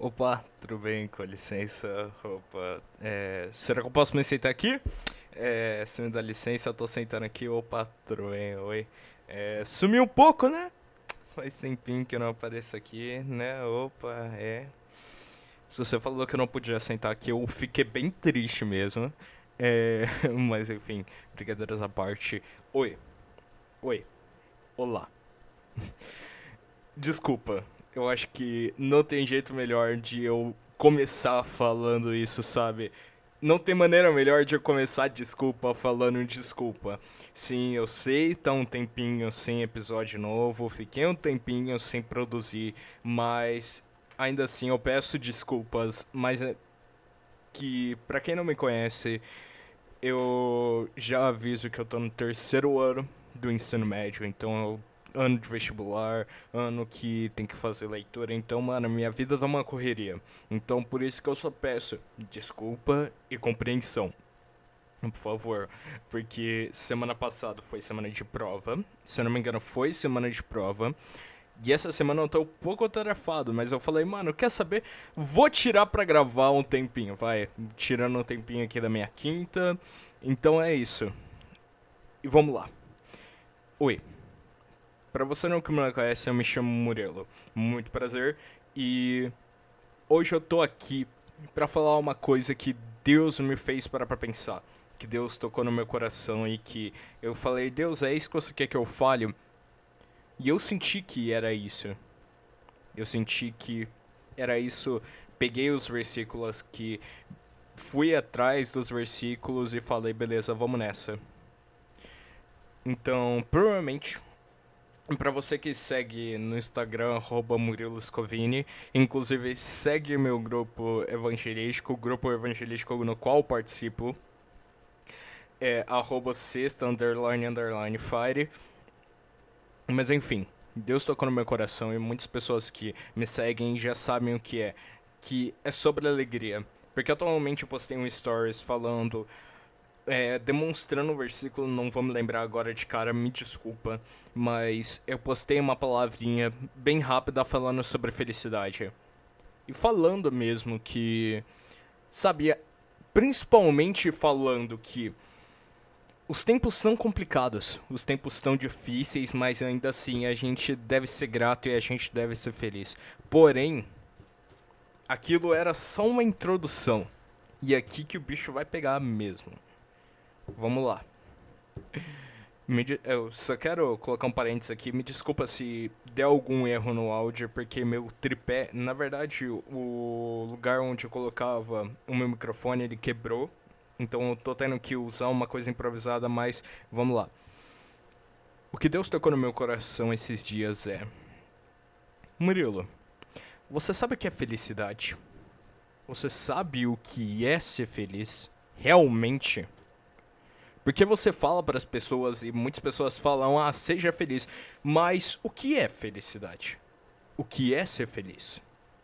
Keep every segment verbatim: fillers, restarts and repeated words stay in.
Opa, tudo bem? Com licença. Opa, é, será que eu posso me sentar aqui? É, se me dá licença, eu tô sentando aqui. Opa, tudo bem? Oi. É, sumi um pouco, né? Faz tempinho que eu não apareço aqui, né? Opa, é. Se você falou que eu não podia sentar aqui, eu fiquei bem triste mesmo. É, mas enfim, brincadeiras à parte. Oi, oi, olá. Desculpa, eu acho que não tem jeito melhor de eu começar falando isso, sabe? Não tem maneira melhor de eu começar desculpa falando desculpa. Sim, eu sei, tá um tempinho sem episódio novo, fiquei um tempinho sem produzir, mas ainda assim eu peço desculpas, mas é que pra quem não me conhece, eu já aviso que eu tô no terceiro ano do ensino médio, então eu ano de vestibular, ano que tem que fazer leitura, então, mano, minha vida tá uma correria. Então, por isso que eu só peço desculpa e compreensão. Por favor, porque semana passada foi semana de prova, se eu não me engano foi semana de prova, e essa semana eu tô um pouco atarefado, mas eu falei, mano, quer saber? Vou tirar pra gravar um tempinho, vai, tirando um tempinho aqui da minha quinta, então é isso. E vamos lá. Oi. Pra você não que me conhece, eu me chamo Murilo. Muito prazer. E hoje eu tô aqui pra falar uma coisa que Deus me fez parar pra pensar. Que Deus tocou no meu coração e que eu falei, Deus, é isso que você quer que eu fale? E eu senti que era isso. Eu senti que era isso. Peguei os versículos que fui atrás dos versículos e falei, beleza, vamos nessa. Então, provavelmente pra você que segue no Instagram, arroba Murilo Scovini, inclusive segue meu grupo evangelístico, o grupo evangelístico no qual participo, é arroba sexta, underline, underline, fire. Mas enfim, Deus tocou no meu coração e muitas pessoas que me seguem já sabem o que é, que é sobre alegria. Porque atualmente eu postei um stories falando é, demonstrando o versículo, não vou me lembrar agora de cara, me desculpa, mas eu postei uma palavrinha bem rápida falando sobre felicidade. E falando mesmo que, sabia, principalmente falando que os tempos estão complicados, os tempos estão difíceis, mas ainda assim a gente deve ser grato e a gente deve ser feliz. Porém, aquilo era só uma introdução. E é aqui que o bicho vai pegar mesmo. Vamos lá. Me eu só quero colocar um parênteses aqui. Me desculpa se der algum erro no áudio, porque meu tripé, na verdade, o lugar onde eu colocava o meu microfone, ele quebrou. Então eu tô tendo que usar uma coisa improvisada, mas vamos lá. O que Deus tocou no meu coração esses dias é: Murilo, você sabe o que é felicidade? Você sabe o que é ser feliz? Realmente? Porque você fala para as pessoas e muitas pessoas falam, ah, seja feliz. Mas o que é felicidade? O que é ser feliz?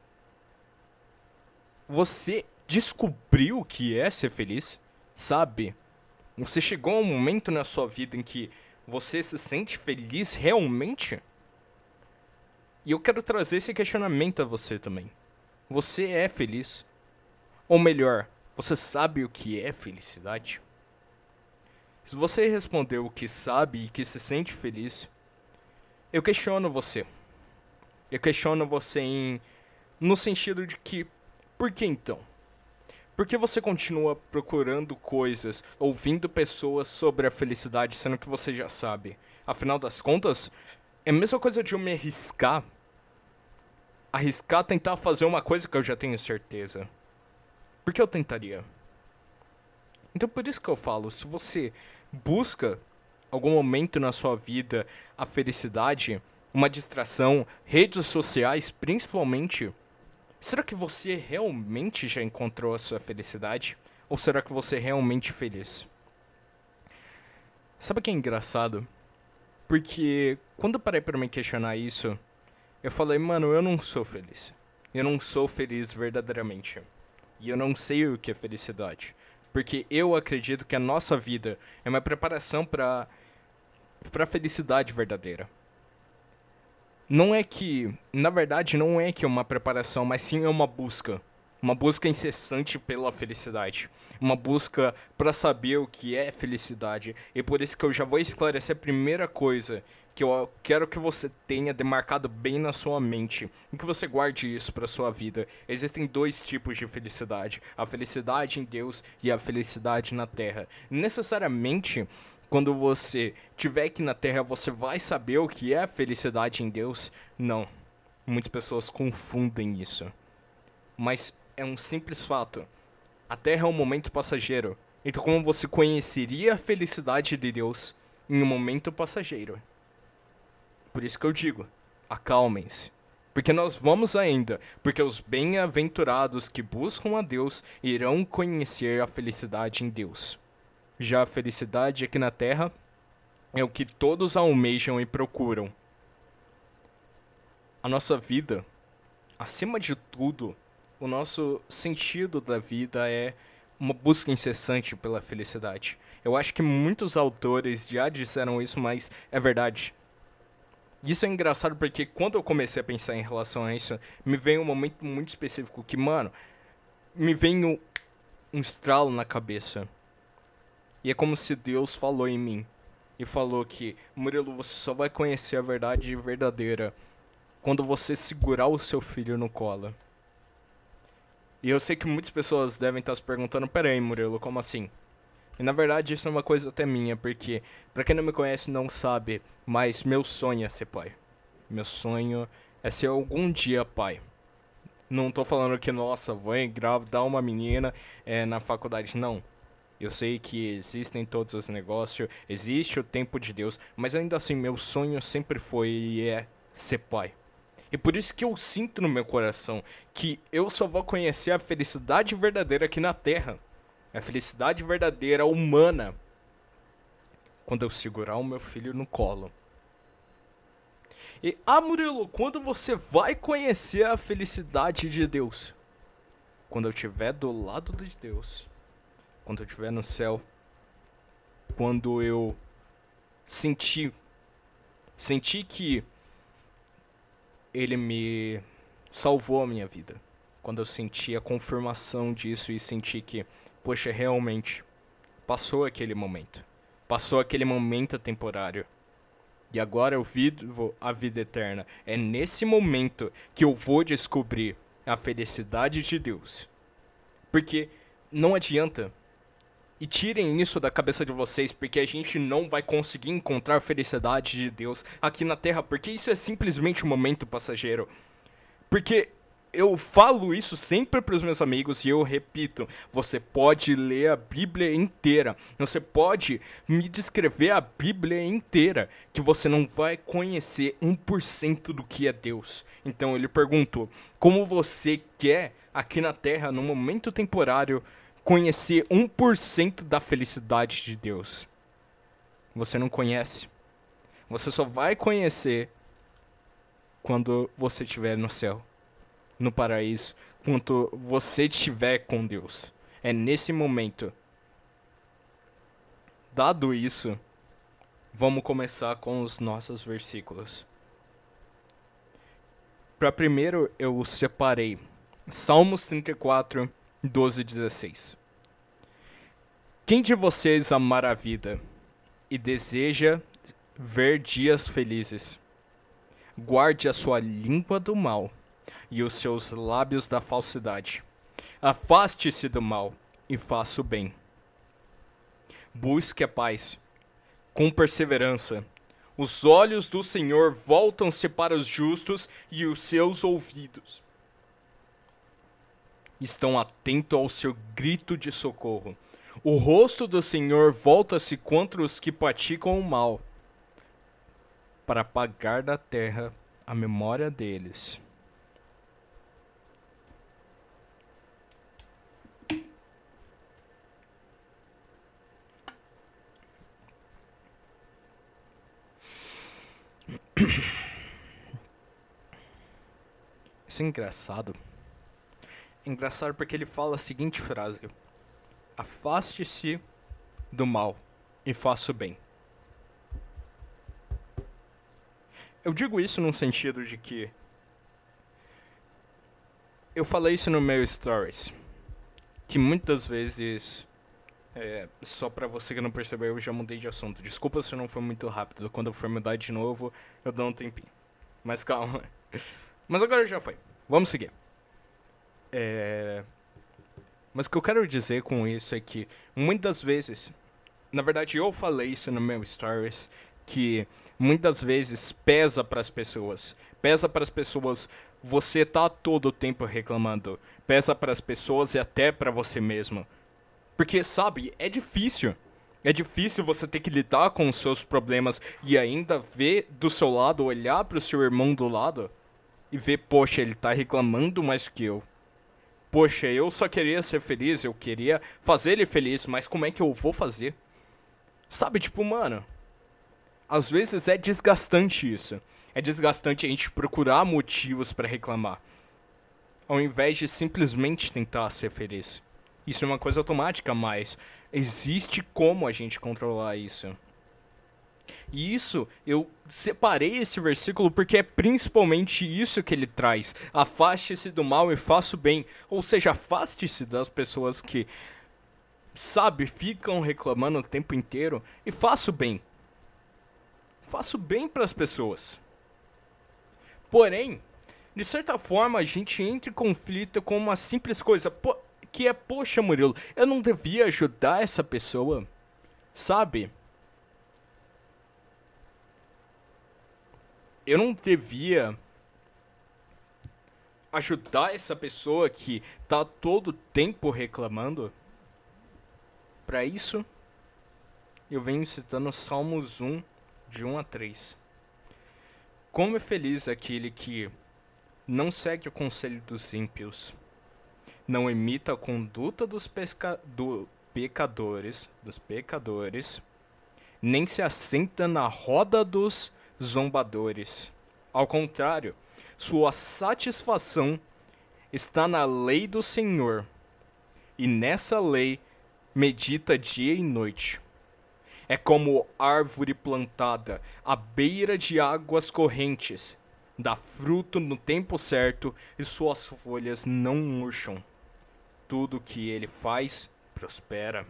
Você descobriu o que é ser feliz? Sabe? Você chegou a um momento na sua vida em que você se sente feliz realmente? E eu quero trazer esse questionamento a você também. Você é feliz? Ou melhor, você sabe o que é felicidade? Se você respondeu que sabe e que se sente feliz, eu questiono você. Eu questiono você em no sentido de que, por que então? Por que você continua procurando coisas, ouvindo pessoas sobre a felicidade, sendo que você já sabe? Afinal das contas, é a mesma coisa de eu me arriscar. Arriscar tentar fazer uma coisa que eu já tenho certeza. Por que eu tentaria? Então por isso que eu falo, se você busca algum momento na sua vida a felicidade, uma distração, redes sociais principalmente, será que você realmente já encontrou a sua felicidade? Ou será que você é realmente feliz? Sabe o que é engraçado? Porque quando eu parei pra me questionar isso, eu falei, mano, eu não sou feliz. Eu não sou feliz verdadeiramente. E eu não sei o que é felicidade. Porque eu acredito que a nossa vida é uma preparação para para a felicidade verdadeira. não é que, na verdade, não é que é uma preparação, mas sim é uma busca. Uma busca incessante pela felicidade. Uma busca para saber o que é felicidade. E por isso que eu já vou esclarecer a primeira coisa que eu quero que você tenha demarcado bem na sua mente e que você guarde isso para sua vida. Existem dois tipos de felicidade: a felicidade em Deus e a felicidade na terra. Necessariamente, quando você estiver aqui na terra, você vai saber o que é a felicidade em Deus? Não. Muitas pessoas confundem isso. Mas é um simples fato. A terra é um momento passageiro. Então como você conheceria a felicidade de Deus em um momento passageiro? Por isso que eu digo, acalmem-se. Porque nós vamos ainda, porque os bem-aventurados que buscam a Deus irão conhecer a felicidade em Deus. Já a felicidade aqui na terra é o que todos almejam e procuram. A nossa vida, acima de tudo, o nosso sentido da vida é uma busca incessante pela felicidade. Eu acho que muitos autores já disseram isso, mas é verdade. Isso é engraçado porque quando eu comecei a pensar em relação a isso, me veio um momento muito específico que, mano, me veio um estralo na cabeça. E é como se Deus falou em mim. E falou que, Murilo, você só vai conhecer a verdade verdadeira quando você segurar o seu filho no colo. E eu sei que muitas pessoas devem estar se perguntando, pera aí, Murilo, como assim? E na verdade isso é uma coisa até minha, porque pra quem não me conhece não sabe, mas meu sonho é ser pai. Meu sonho é ser algum dia pai. Não tô falando que, nossa, vou engravidar uma menina é, na faculdade, não. Eu sei que existem todos os negócios, existe o tempo de Deus, mas ainda assim meu sonho sempre foi e é ser pai. E por isso que eu sinto no meu coração que eu só vou conhecer a felicidade verdadeira aqui na Terra. A felicidade verdadeira humana. Quando eu segurar o meu filho no colo. E, ah, Murilo, quando você vai conhecer a felicidade de Deus? Quando eu estiver do lado de Deus. Quando eu estiver no céu. Quando eu sentir. Sentir que Ele me salvou a minha vida. Quando eu senti a confirmação disso e senti que, poxa, realmente, passou aquele momento. Passou aquele momento temporário. E agora eu vivo a vida eterna. É nesse momento que eu vou descobrir a felicidade de Deus. Porque não adianta. E tirem isso da cabeça de vocês, porque a gente não vai conseguir encontrar a felicidade de Deus aqui na Terra, porque isso é simplesmente um momento passageiro. Porque eu falo isso sempre para os meus amigos e eu repito, você pode ler a Bíblia inteira, você pode me descrever a Bíblia inteira, que você não vai conhecer um por cento do que é Deus. Então ele perguntou, como você quer aqui na Terra, num momento temporário, conhecer um por cento da felicidade de Deus? Você não conhece. Você só vai conhecer quando você estiver no céu, no paraíso, quando você estiver com Deus. É nesse momento. Dado isso, vamos começar com os nossos versículos. Para primeiro eu separei Salmos trinta e quatro, doze e dezesseis. Quem de vocês amar a vida e deseja ver dias felizes? Guarde a sua língua do mal e os seus lábios da falsidade. Afaste-se do mal e faça o bem. Busque a paz com perseverança. Os olhos do Senhor voltam-se para os justos e os seus ouvidos estão atentos ao seu grito de socorro. O rosto do Senhor volta-se contra os que praticam o mal, para apagar da terra a memória deles. Isso é engraçado. É engraçado porque ele fala a seguinte frase: afaste-se do mal e faça o bem. Eu digo isso num sentido de que eu falei isso no meu stories, que muitas vezes, é, só pra você que não percebeu, eu já mudei de assunto. Desculpa se não foi muito rápido. Quando eu for mudar de novo, eu dou um tempinho. Mas calma. Mas agora já foi. Vamos seguir. É... Mas o que eu quero dizer com isso é que muitas vezes, na verdade eu falei isso no meu stories, que muitas vezes pesa pras pessoas. Pesa pras pessoas você tá todo o tempo reclamando. Pesa pras pessoas e até pra você mesmo. Porque, sabe, é difícil. É difícil você ter que lidar com os seus problemas e ainda ver do seu lado, olhar pro seu irmão do lado e ver, poxa, ele tá reclamando mais do que eu. Poxa, eu só queria ser feliz, eu queria fazer ele feliz, mas como é que eu vou fazer? Sabe, tipo, mano, às vezes é desgastante isso. É desgastante a gente procurar motivos pra reclamar, ao invés de simplesmente tentar ser feliz. Isso é uma coisa automática, mas existe como a gente controlar isso. E isso, eu separei esse versículo porque é principalmente isso que ele traz. Afaste-se do mal e faça o bem. Ou seja, afaste-se das pessoas que, sabe, ficam reclamando o tempo inteiro e faça o bem. Faça o bem para as pessoas. Porém, de certa forma, a gente entra em conflito com uma simples coisa, po- que é, poxa, Murilo, eu não devia ajudar essa pessoa, sabe? Eu não devia ajudar essa pessoa que tá todo tempo reclamando. Para isso, eu venho citando Salmos um, de um a três. Como é feliz aquele que não segue o conselho dos ímpios, não imita a conduta dos pesca... do pecadores, dos pecadores, nem se assenta na roda dos zombadores. Ao contrário, sua satisfação está na lei do Senhor, e nessa lei medita dia e noite. É como árvore plantada à beira de águas correntes, dá fruto no tempo certo e suas folhas não murcham. Tudo que ele faz prospera.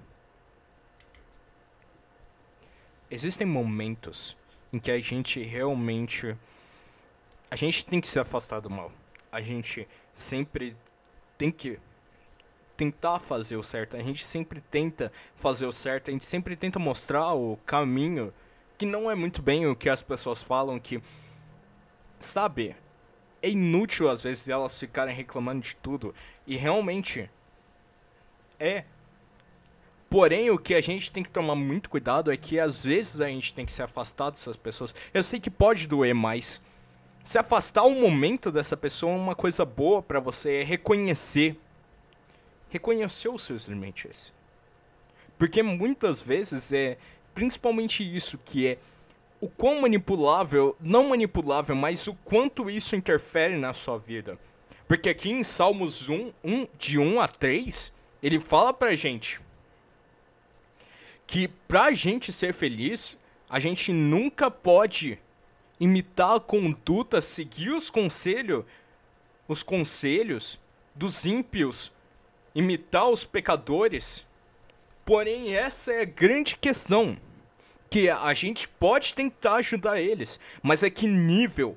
Existem momentos em que a gente realmente... A gente tem que se afastar do mal. A gente sempre tem que tentar fazer o certo. A gente sempre tenta fazer o certo. A gente sempre tenta mostrar o caminho, que não é muito bem o que as pessoas falam, que, sabe, é inútil às vezes elas ficarem reclamando de tudo. E realmente é. Porém, o que a gente tem que tomar muito cuidado é que às vezes a gente tem que se afastar dessas pessoas. Eu sei que pode doer, mas se afastar um momento dessa pessoa é uma coisa boa pra você, é reconhecer. Reconhecer os seus limites. Porque muitas vezes é principalmente isso que é o quão manipulável, não manipulável, mas o quanto isso interfere na sua vida. Porque aqui em Salmos um, um de um a três, ele fala pra gente que pra gente ser feliz, a gente nunca pode imitar a conduta, seguir os conselhos, os conselhos dos ímpios, imitar os pecadores. Porém, essa é a grande questão, que a gente pode tentar ajudar eles, mas a que nível?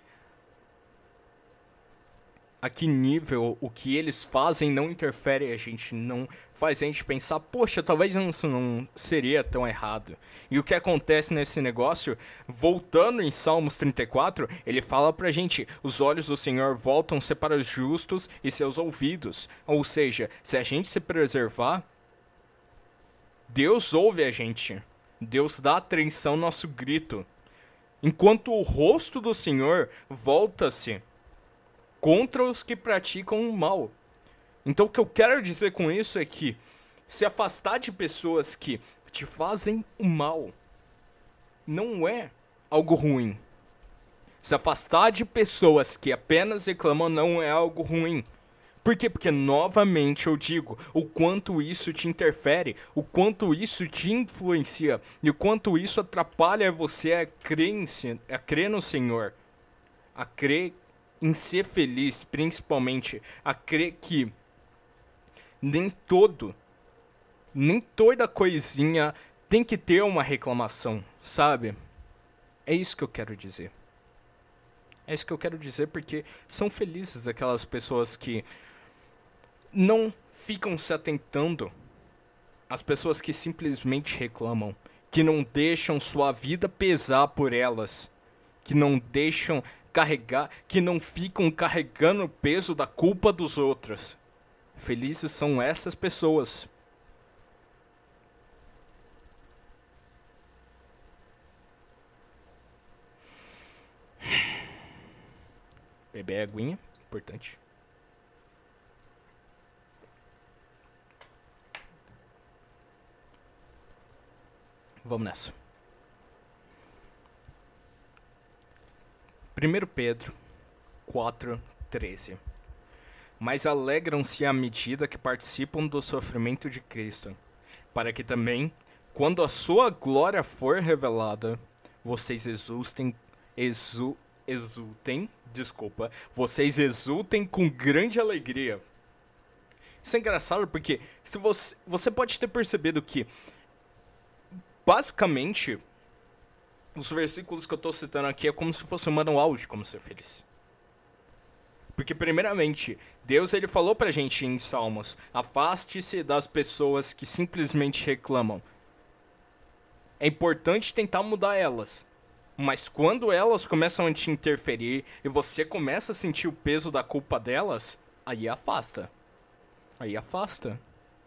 A que nível o que eles fazem não interfere a gente, não faz a gente pensar, poxa, talvez isso não seria tão errado. E o que acontece nesse negócio, voltando em Salmos trinta e quatro, ele fala pra gente, os olhos do Senhor voltam-se para os justos e seus ouvidos. Ou seja, se a gente se preservar, Deus ouve a gente. Deus dá atenção ao nosso grito. Enquanto o rosto do Senhor volta-se contra os que praticam o mal. Então o que eu quero dizer com isso é que se afastar de pessoas que te fazem o mal não é algo ruim. Se afastar de pessoas que apenas reclamam não é algo ruim. Por quê? Porque, novamente, eu digo, o quanto isso te interfere, o quanto isso te influencia, e o quanto isso atrapalha você a crer, em, a crer no Senhor, a crer em ser feliz, principalmente, a crer que nem todo, nem toda coisinha tem que ter uma reclamação, sabe? É isso que eu quero dizer. É isso que eu quero dizer porque são felizes aquelas pessoas que não ficam se atentando às pessoas que simplesmente reclamam, que não deixam sua vida pesar por elas, que não deixam carregar, que não ficam carregando o peso da culpa dos outros. Felizes são essas pessoas. Beber aguinha, importante. Vamos nessa. primeiro Pedro quatro, treze. Mas alegram-se à medida que participam do sofrimento de Cristo, para que também, quando a sua glória for revelada, vocês exultem, exu, exultem, desculpa, vocês exultem com grande alegria. Isso é engraçado porque se você, você pode ter percebido que basicamente, os versículos que eu estou citando aqui é como se fosse um manual de como ser feliz. Porque, primeiramente, Deus ele falou pra gente em Salmos, afaste-se das pessoas que simplesmente reclamam. É importante tentar mudar elas. Mas quando elas começam a te interferir e você começa a sentir o peso da culpa delas, aí afasta. Aí afasta.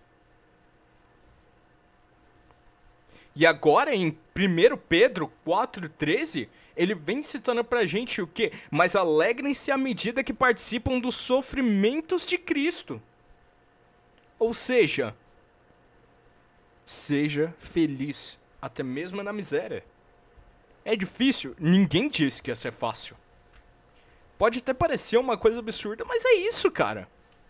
E agora, em primeiro Pedro quatro, treze, ele vem citando pra gente o quê? Mas alegrem-se à medida que participam dos sofrimentos de Cristo. Ou seja, seja feliz, até mesmo na miséria. É difícil? Ninguém disse que ia ser fácil. Pode até parecer uma coisa absurda, mas é isso, cara.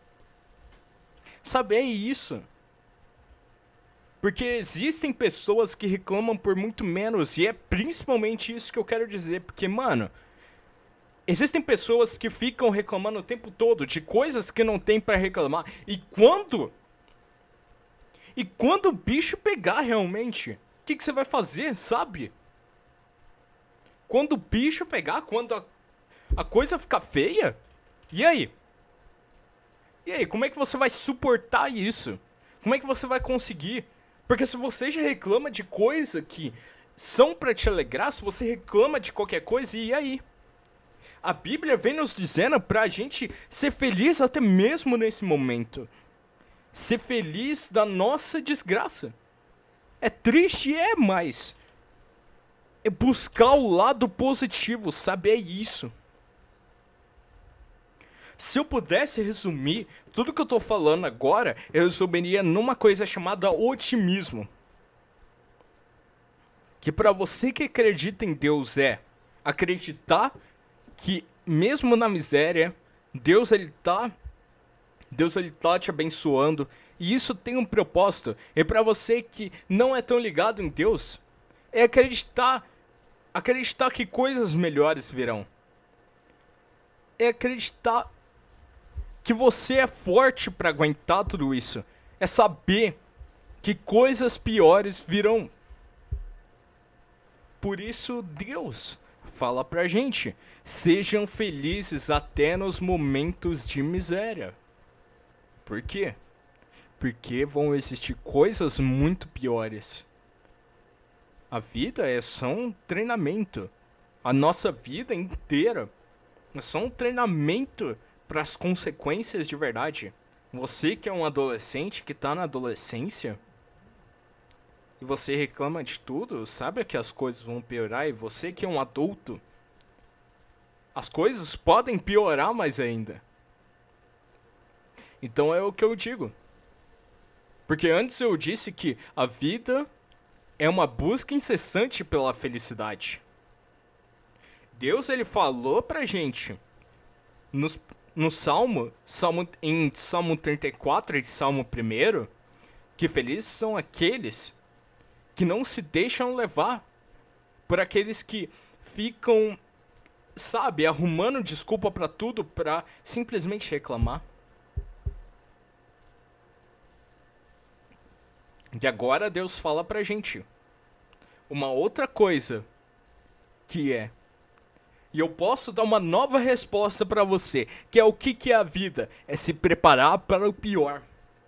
Sabe, é isso. Porque existem pessoas que reclamam por muito menos, e é principalmente isso que eu quero dizer, porque, mano, existem pessoas que ficam reclamando o tempo todo de coisas que não tem pra reclamar, e quando... E quando o bicho pegar realmente, o que, que você vai fazer, sabe? Quando o bicho pegar, quando a, a coisa ficar feia, e aí? E aí, como é que você vai suportar isso? Como é que você vai conseguir? Porque se você já reclama de coisa que são pra te alegrar, se você reclama de qualquer coisa, e aí? A Bíblia vem nos dizendo pra gente ser feliz até mesmo nesse momento. Ser feliz da nossa desgraça. É triste, é, mas... é buscar o lado positivo, sabe? É isso. Se eu pudesse resumir tudo que eu tô falando agora, eu resumiria numa coisa chamada otimismo. Que pra você que acredita em Deus é acreditar que mesmo na miséria, Deus ele tá, Deus ele tá te abençoando e isso tem um propósito. E pra você que não é tão ligado em Deus, é acreditar, acreditar que coisas melhores virão. É acreditar que você é forte pra aguentar tudo isso. É saber que coisas piores virão. Por isso, Deus fala pra gente: sejam felizes até nos momentos de miséria. Por quê? Porque vão existir coisas muito piores. A vida é só um treinamento. A nossa vida inteira é só um treinamento para as consequências de verdade. Você que é um adolescente que tá na adolescência e você reclama de tudo, sabe que as coisas vão piorar, e você que é um adulto, as coisas podem piorar mais ainda. Então é o que eu digo. Porque antes eu disse que a vida é uma busca incessante pela felicidade. Deus ele falou pra gente nos no Salmo, Salmo em Salmo trinta e quatro e Salmo um, que felizes são aqueles que não se deixam levar por aqueles que ficam, sabe, arrumando desculpa pra tudo pra simplesmente reclamar. E agora Deus fala pra gente uma outra coisa, que é, e eu posso dar uma nova resposta pra você, que é o que, que é a vida? É se preparar para o pior.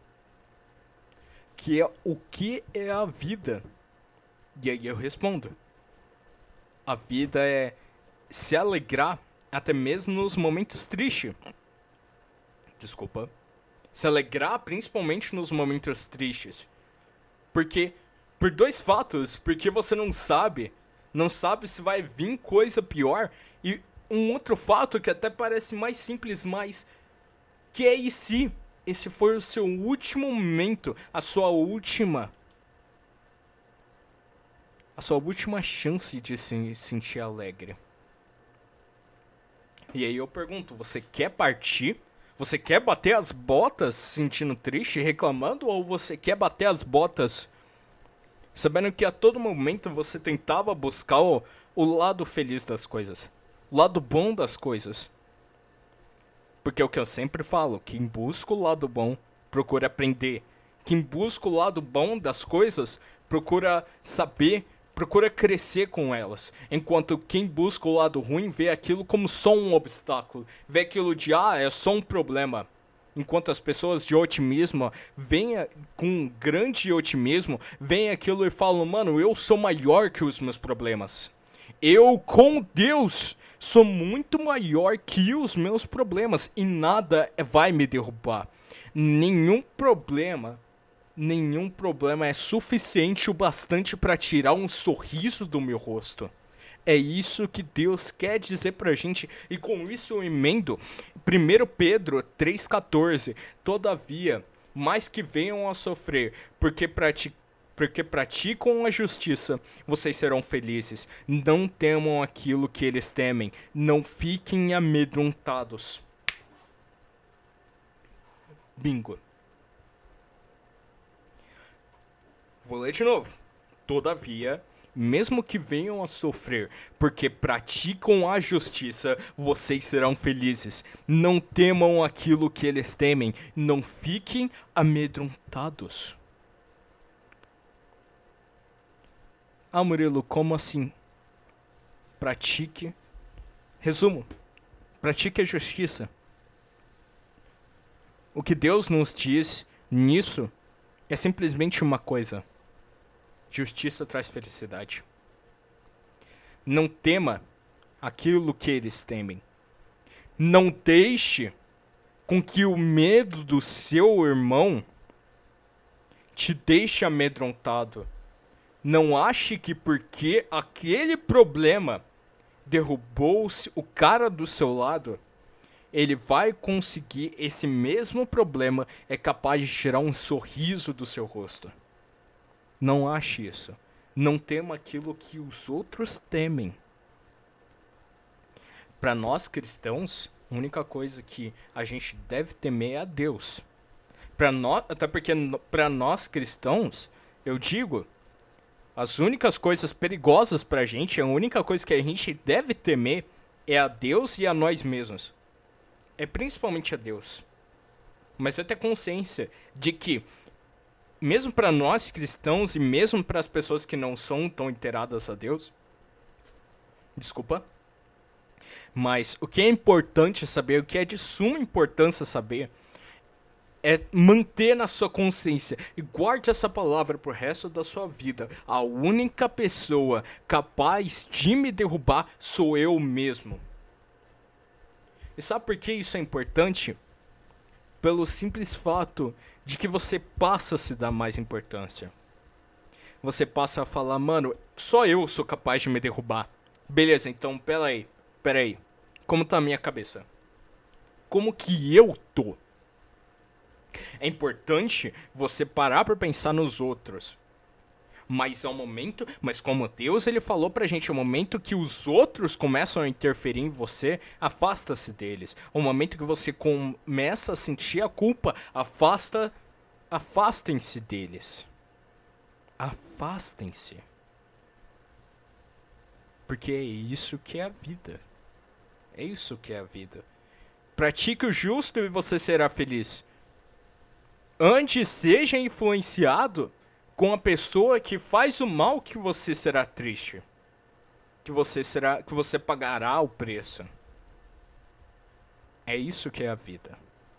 Que é o que é a vida? E aí eu respondo. A vida é se alegrar até mesmo nos momentos tristes. Desculpa. Se alegrar principalmente nos momentos tristes. Porque, por dois fatos, porque você não sabe, não sabe se vai vir coisa pior, e um outro fato que até parece mais simples, mas que é e se esse foi o seu último momento, a sua última, a sua última chance de se sentir alegre. E aí eu pergunto, você quer partir? Você quer bater as botas sentindo triste, reclamando, ou você quer bater as botas sabendo que a todo momento você tentava buscar o, o lado feliz das coisas, o lado bom das coisas? Porque é o que eu sempre falo, quem busca o lado bom procura aprender. Quem busca o lado bom das coisas procura saber, procura crescer com elas. Enquanto quem busca o lado ruim vê aquilo como só um obstáculo, vê aquilo de, ah, é só um problema. Enquanto as pessoas de otimismo veem com um grande otimismo, veem aquilo e falam, mano, eu sou maior que os meus problemas. Eu, com Deus, sou muito maior que os meus problemas e nada vai me derrubar. Nenhum problema, nenhum problema é suficiente o bastante para tirar um sorriso do meu rosto. É isso que Deus quer dizer pra gente, e com isso eu emendo primeiro Pedro três quatorze. Todavia, mais que venham a sofrer, porque, prati porque praticam a justiça, vocês serão felizes. Não temam aquilo que eles temem, não fiquem amedrontados. Bingo. Vou ler de novo. Todavia, mesmo que venham a sofrer, porque praticam a justiça, vocês serão felizes. Não temam aquilo que eles temem, não fiquem amedrontados. Ah, Murilo, como assim? Pratique. Resumo. Pratique a justiça. O que Deus nos diz nisso é simplesmente uma coisa. Justiça traz felicidade. Não tema aquilo que eles temem. Não deixe com que o medo do seu irmão te deixe amedrontado. Não ache que porque aquele problema derrubou o cara do seu lado, ele vai conseguir, esse mesmo problema é capaz de tirar um sorriso do seu rosto. Não ache isso. Não tema aquilo que os outros temem. Para nós cristãos, a única coisa que a gente deve temer é a Deus. Para nós, até porque para nós cristãos, eu digo, as únicas coisas perigosas para a gente, a única coisa que a gente deve temer é a Deus e a nós mesmos. É principalmente a Deus. Mas é ter consciência de que mesmo para nós cristãos e mesmo para as pessoas que não são tão inteiradas a Deus, desculpa, mas o que é importante saber, o que é de suma importância saber, é manter na sua consciência e guarde essa palavra pro resto da sua vida. A única pessoa capaz de me derrubar sou eu mesmo. E sabe por que isso é importante? Pelo simples fato de que você passa a se dar mais importância. Você passa a falar, mano, só eu sou capaz de me derrubar. Beleza, então, peraí, peraí. Como tá a minha cabeça? Como que eu tô? É importante você parar pra pensar nos outros. Mas é um momento, mas como Deus ele falou pra gente, é um momento que os outros começam a interferir em você, afasta-se deles. O momento que você começa a sentir a culpa, afasta, afastem-se deles. Afastem-se. Porque é isso que é a vida. É isso que é a vida. Pratique o justo e você será feliz. Antes seja influenciado com a pessoa que faz o mal, que você será triste. Que você será, que você pagará o preço. É isso que é a vida.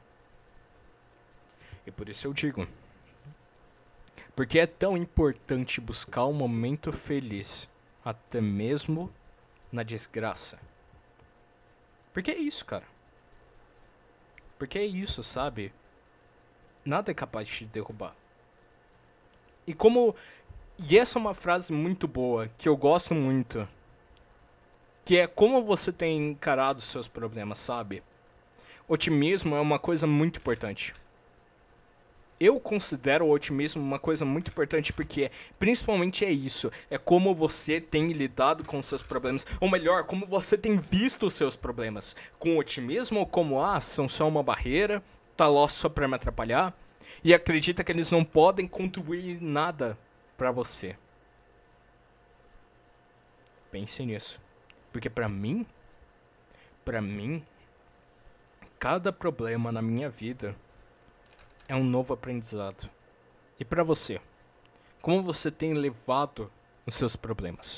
E por isso eu digo, porque é tão importante buscar um momento feliz, até mesmo na desgraça. Porque é isso, cara. Porque é isso, sabe? Nada é capaz de te derrubar. E como... E essa é uma frase muito boa, que eu gosto muito. Que é como você tem encarado os seus problemas, sabe? Otimismo é uma coisa muito importante. Eu considero o otimismo uma coisa muito importante porque, principalmente é isso, é como você tem lidado com os seus problemas, ou melhor, como você tem visto os seus problemas. Com otimismo ou como, ah, são só uma barreira, tá lá só pra me atrapalhar, e acredita que eles não podem contribuir nada pra você. Pense nisso. Porque pra mim, pra mim, cada problema na minha vida é um novo aprendizado. E pra você? Como você tem levado os seus problemas?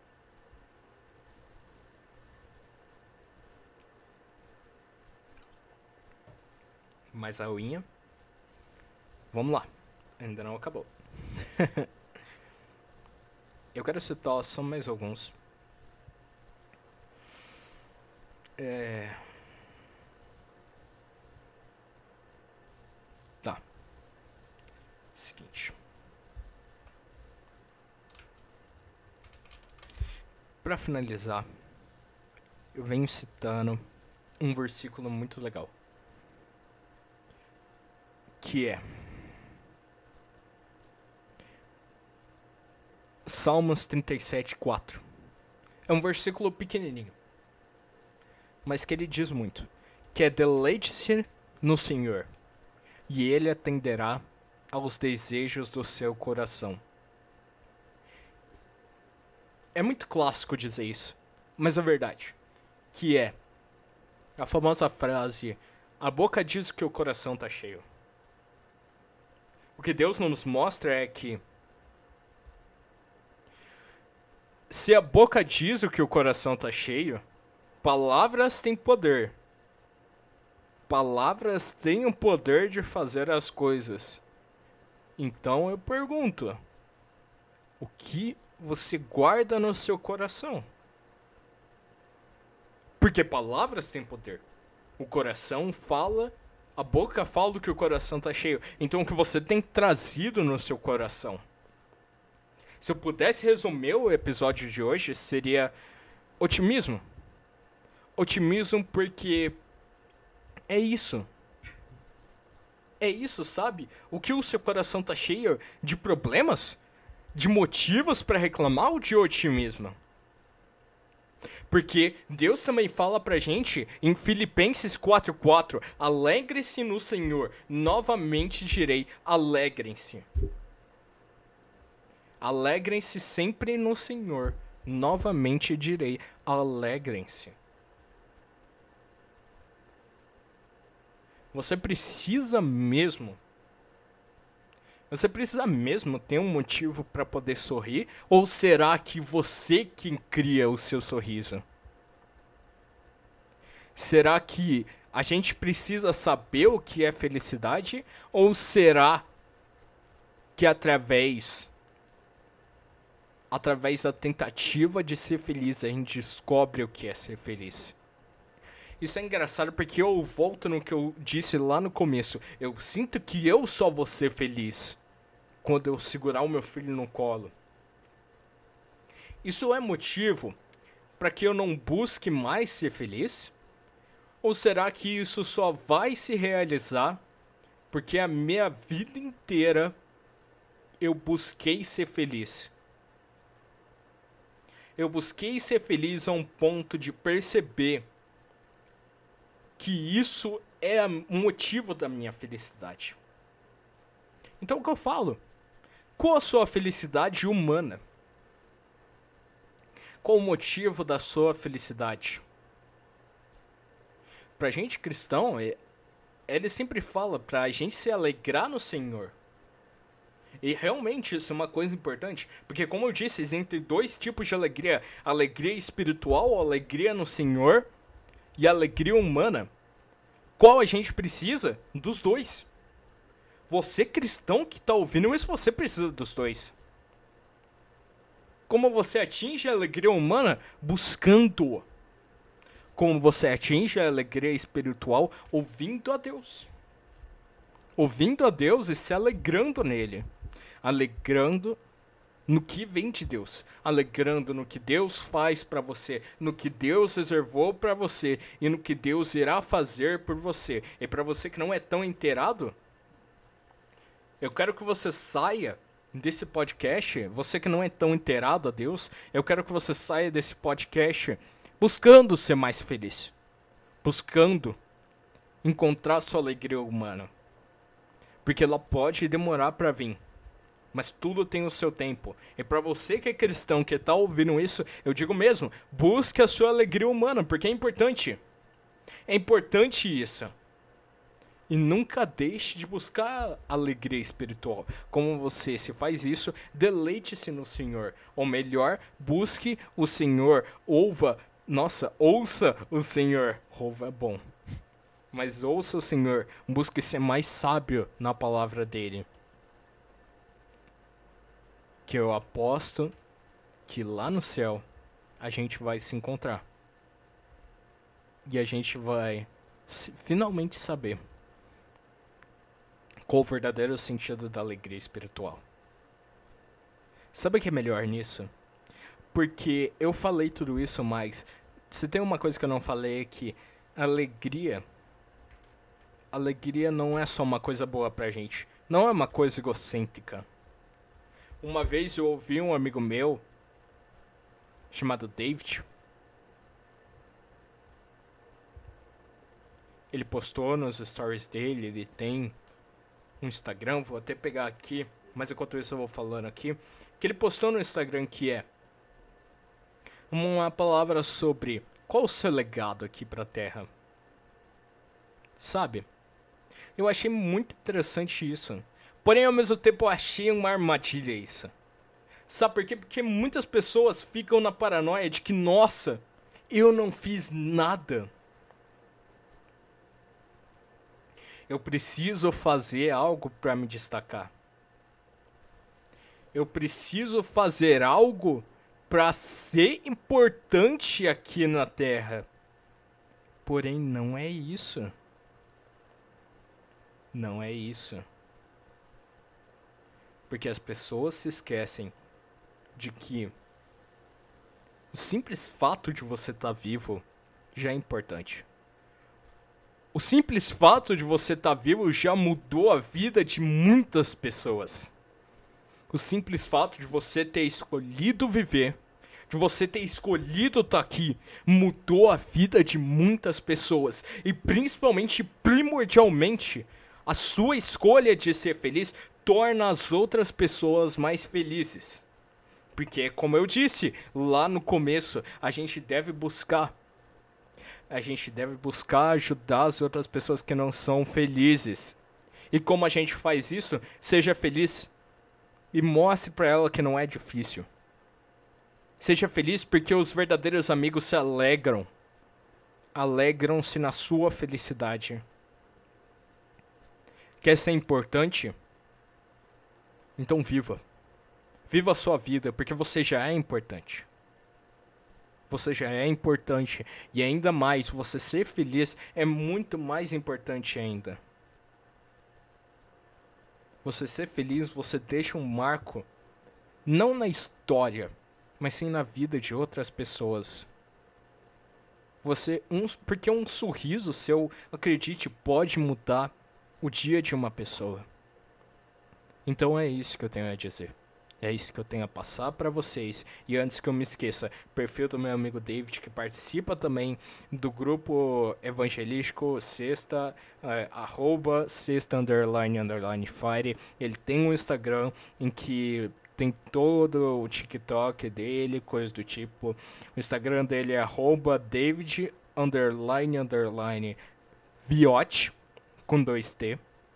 Mais a unha? Vamos lá. Ainda não acabou. Eu quero citar só mais alguns. É... Tá. Seguinte. Pra finalizar, eu venho citando um versículo muito legal. Que é Salmos trinta e sete, quatro. É um versículo pequenininho, mas que ele diz muito. Que é: deleite-se no Senhor, e Ele atenderá aos desejos do seu coração. É muito clássico dizer isso, mas é verdade. Que é a famosa frase: a boca diz o que o coração tá cheio. O que Deus não nos mostra é que se a boca diz o que o coração tá cheio, palavras têm poder. Palavras têm o poder de fazer as coisas. Então eu pergunto, o que você guarda no seu coração? Porque palavras têm poder. O coração fala, a boca fala do que o coração tá cheio. Então o que você tem trazido no seu coração? Se eu pudesse resumir o episódio de hoje, seria otimismo. Otimismo porque é isso. É isso, sabe? O que o seu coração tá cheio de problemas? De motivos para reclamar ou de otimismo? Porque Deus também fala pra gente em Filipenses quatro, quatro: alegre-se no Senhor, novamente direi, alegrem-se. Alegrem-se sempre no Senhor, novamente direi, alegrem-se. Você precisa mesmo, você precisa mesmo ter um motivo para poder sorrir? Ou será que você quem cria o seu sorriso? Será que a gente precisa saber o que é felicidade? Ou será que através, através da tentativa de ser feliz a gente descobre o que é ser feliz? Isso é engraçado porque eu volto no que eu disse lá no começo. Eu sinto que eu só vou ser feliz quando eu segurar o meu filho no colo. Isso é motivo para que eu não busque mais ser feliz? Ou será que isso só vai se realizar porque a minha vida inteira eu busquei ser feliz. Eu busquei ser feliz a um ponto de perceber que isso é o motivo da minha felicidade. Então o que eu falo? Qual a sua felicidade humana? Qual o motivo da sua felicidade? Pra gente cristão, ele sempre fala pra gente se alegrar no Senhor. E realmente isso é uma coisa importante, porque como eu disse, existem dois tipos de alegria. Alegria espiritual, alegria no Senhor, e alegria humana. Qual a gente precisa? Dos dois. Você cristão que está ouvindo isso, você precisa dos dois. Como você atinge a alegria humana? Buscando. Como você atinge a alegria espiritual? Ouvindo a Deus. Ouvindo a Deus e se alegrando nele. Alegrando no que vem de Deus, alegrando no que Deus faz para você, no que Deus reservou para você e no que Deus irá fazer por você. E para você que não é tão inteirado, eu quero que você saia desse podcast, você que não é tão inteirado a Deus, eu quero que você saia desse podcast buscando ser mais feliz, buscando encontrar sua alegria humana, porque ela pode demorar para vir. Mas tudo tem o seu tempo. E para você que é cristão, que tá ouvindo isso, eu digo mesmo, busque a sua alegria humana, porque é importante. É importante isso. E nunca deixe de buscar alegria espiritual. Como você se faz isso, deleite-se no Senhor. Ou melhor, busque o Senhor. Ouva, nossa, ouça o Senhor. Ouva é bom. Mas ouça o Senhor. Busque ser mais sábio na palavra dele. Que eu aposto que lá no céu a gente vai se encontrar. E a gente vai se, finalmente saber qual o verdadeiro sentido da alegria espiritual. Sabe o que é melhor nisso? Porque eu falei tudo isso, mas se tem uma coisa que eu não falei é que alegria, alegria não é só uma coisa boa pra gente. Não é uma coisa egocêntrica. Uma vez eu ouvi um amigo meu, chamado David, ele postou nos stories dele, ele tem um Instagram, vou até pegar aqui, mas enquanto isso eu vou falando aqui, que ele postou no Instagram que é uma palavra sobre qual o seu legado aqui pra Terra. Sabe? Eu achei muito interessante isso. Porém, ao mesmo tempo, eu achei uma armadilha isso. Sabe por quê? Porque muitas pessoas ficam na paranoia de que, nossa, eu não fiz nada. Eu preciso fazer algo para me destacar. Eu preciso fazer algo para ser importante aqui na Terra. Porém, não é isso. Não é isso. Porque as pessoas se esquecem de que o simples fato de você estar vivo já é importante. O simples fato de você estar vivo já mudou a vida de muitas pessoas. O simples fato de você ter escolhido viver, de você ter escolhido estar aqui, mudou a vida de muitas pessoas. E principalmente, primordialmente, a sua escolha de ser feliz torna as outras pessoas mais felizes. Porque, como eu disse lá no começo, a gente deve buscar. A gente deve buscar ajudar as outras pessoas que não são felizes. E como a gente faz isso, seja feliz e mostre para ela que não é difícil. Seja feliz porque os verdadeiros amigos se alegram. Alegram-se na sua felicidade. Quer ser importante? Então viva. Viva a sua vida, porque você já é importante. Você já é importante. E ainda mais, você ser feliz é muito mais importante ainda. Você ser feliz, você deixa um marco, não na história, mas sim na vida de outras pessoas. Você, um, porque um sorriso seu, acredite, pode mudar o dia de uma pessoa. Então é isso que eu tenho a dizer. É isso que eu tenho a passar pra vocês. E antes que eu me esqueça, perfil do meu amigo David, que participa também do grupo evangelístico Sexta, é, arroba Sexta underline underline Fire. Ele tem um Instagram em que tem todo o TikTok dele, coisa do tipo. O Instagram dele é arroba David underline underline Viotti, com dois T.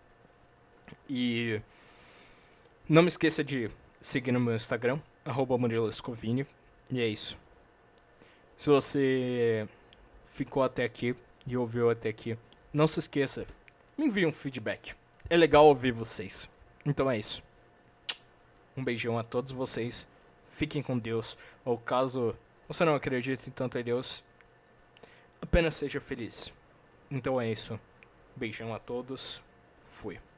E não me esqueça de seguir no meu Instagram, arroba Murilo Scovini. E é isso. Se você ficou até aqui e ouviu até aqui, não se esqueça, me envie um feedback. É legal ouvir vocês. Então é isso. Um beijão a todos vocês. Fiquem com Deus. Ou caso você não acredite tanto em Deus, apenas seja feliz. Então é isso. Beijão a todos. Fui.